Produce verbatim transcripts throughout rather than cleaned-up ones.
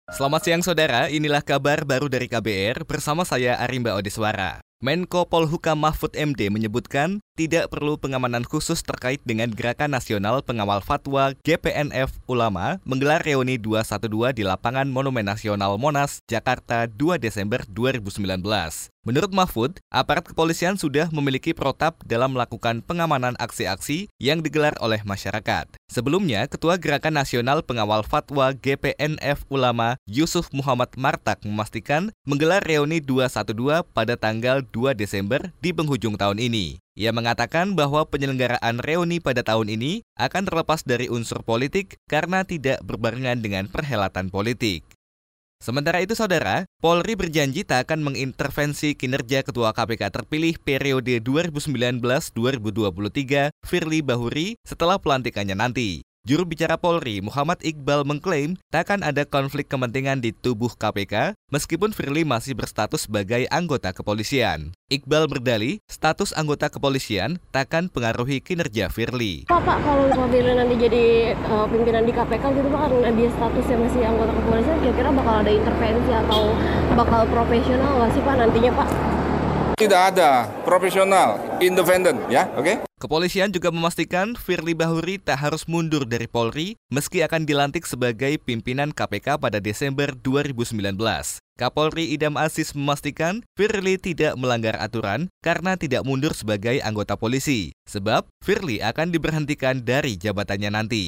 Selamat siang saudara, inilah kabar baru dari K B R bersama saya Arimba Odeswara. Menko Polhukam Mahfud M D menyebutkan tidak perlu pengamanan khusus terkait dengan Gerakan Nasional Pengawal Fatwa G P N F Ulama menggelar reuni dua satu dua di lapangan Monumen Nasional Monas, Jakarta dua Desember dua ribu sembilan belas. Menurut Mahfud, aparat kepolisian sudah memiliki protap dalam melakukan pengamanan aksi-aksi yang digelar oleh masyarakat. Sebelumnya, Ketua Gerakan Nasional Pengawal Fatwa G P N F Ulama Yusuf Muhammad Martak memastikan menggelar reuni dua satu dua pada tanggal dua Desember di penghujung tahun ini. Ia mengatakan bahwa penyelenggaraan reuni pada tahun ini akan terlepas dari unsur politik karena tidak berbarengan dengan perhelatan politik. Sementara itu, saudara, Polri berjanji tak akan mengintervensi kinerja Ketua K P K terpilih periode dua ribu sembilan belas dua ribu dua puluh tiga, Firly Bahuri, setelah pelantikannya nanti. Juru bicara Polri, Muhammad Iqbal, mengklaim tak akan ada konflik kepentingan di tubuh K P K meskipun Firly masih berstatus sebagai anggota kepolisian. Iqbal berdalih, status anggota kepolisian takkan pengaruhi kinerja Firly. Pak, Pak, kalau Pak Firly nanti jadi uh, pimpinan di K P K gitu Pak, karena dia statusnya masih anggota kepolisian, kira-kira bakal ada intervensi atau bakal profesional nggak sih Pak nantinya Pak? Tidak ada, profesional, independen, ya, oke? Okay? Kepolisian juga memastikan Firly Bahuri tak harus mundur dari Polri meski akan dilantik sebagai pimpinan K P K pada Desember dua ribu sembilan belas. Kapolri Idam Aziz memastikan Firly tidak melanggar aturan karena tidak mundur sebagai anggota polisi, sebab Firly akan diberhentikan dari jabatannya nanti.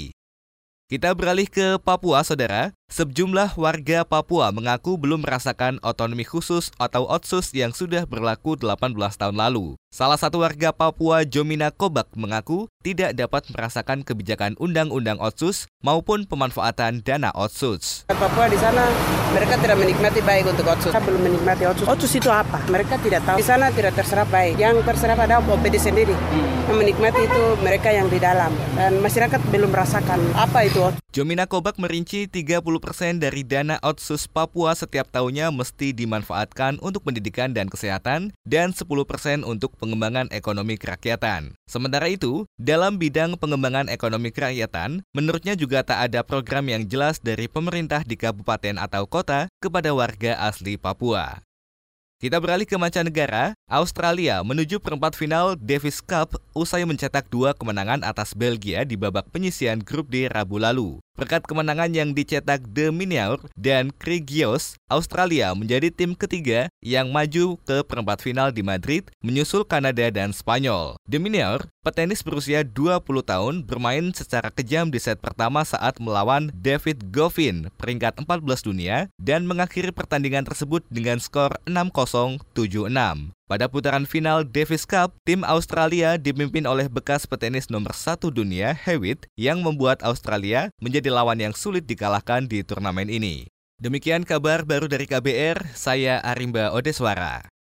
Kita beralih ke Papua, saudara. Sejumlah warga Papua mengaku belum merasakan otonomi khusus atau Otsus yang sudah berlaku delapan belas tahun lalu. Salah satu warga Papua, Jomina Kobak, mengaku tidak dapat merasakan kebijakan Undang-Undang Otsus maupun pemanfaatan dana Otsus. Papua di sana mereka tidak menikmati baik untuk Otsus. Mereka belum menikmati Otsus. Otsus itu apa? Mereka tidak tahu. Di sana tidak terserap baik. Yang terserap adalah O P D sendiri. Yang menikmati itu mereka yang di dalam. Dan masyarakat belum merasakan apa itu Otsus. Jomina Kobak merinci tiga puluh persen dari dana Otsus Papua setiap tahunnya mesti dimanfaatkan untuk pendidikan dan kesehatan dan sepuluh persen untuk pengembangan ekonomi kerakyatan. Sementara itu, dalam bidang pengembangan ekonomi kerakyatan, menurutnya juga tak ada program yang jelas dari pemerintah di kabupaten atau kota kepada warga asli Papua. Kita beralih ke mancanegara. Australia menuju perempat final Davis Cup usai mencetak dua kemenangan atas Belgia di babak penyisihan grup D Rabu lalu. Berkat kemenangan yang dicetak De Minaur dan Kyrgios, Australia menjadi tim ketiga yang maju ke perempat final di Madrid, menyusul Kanada dan Spanyol. De Minaur, petenis berusia dua puluh tahun, bermain secara kejam di set pertama saat melawan David Goffin, peringkat empat belas dunia, dan mengakhiri pertandingan tersebut dengan skor enam nol tujuh enam. Pada putaran final Davis Cup, tim Australia dipimpin oleh bekas petenis nomor satu dunia, Hewitt, yang membuat Australia menjadi lawan yang sulit dikalahkan di turnamen ini. Demikian kabar baru dari K B R, saya Arimba Odeswara.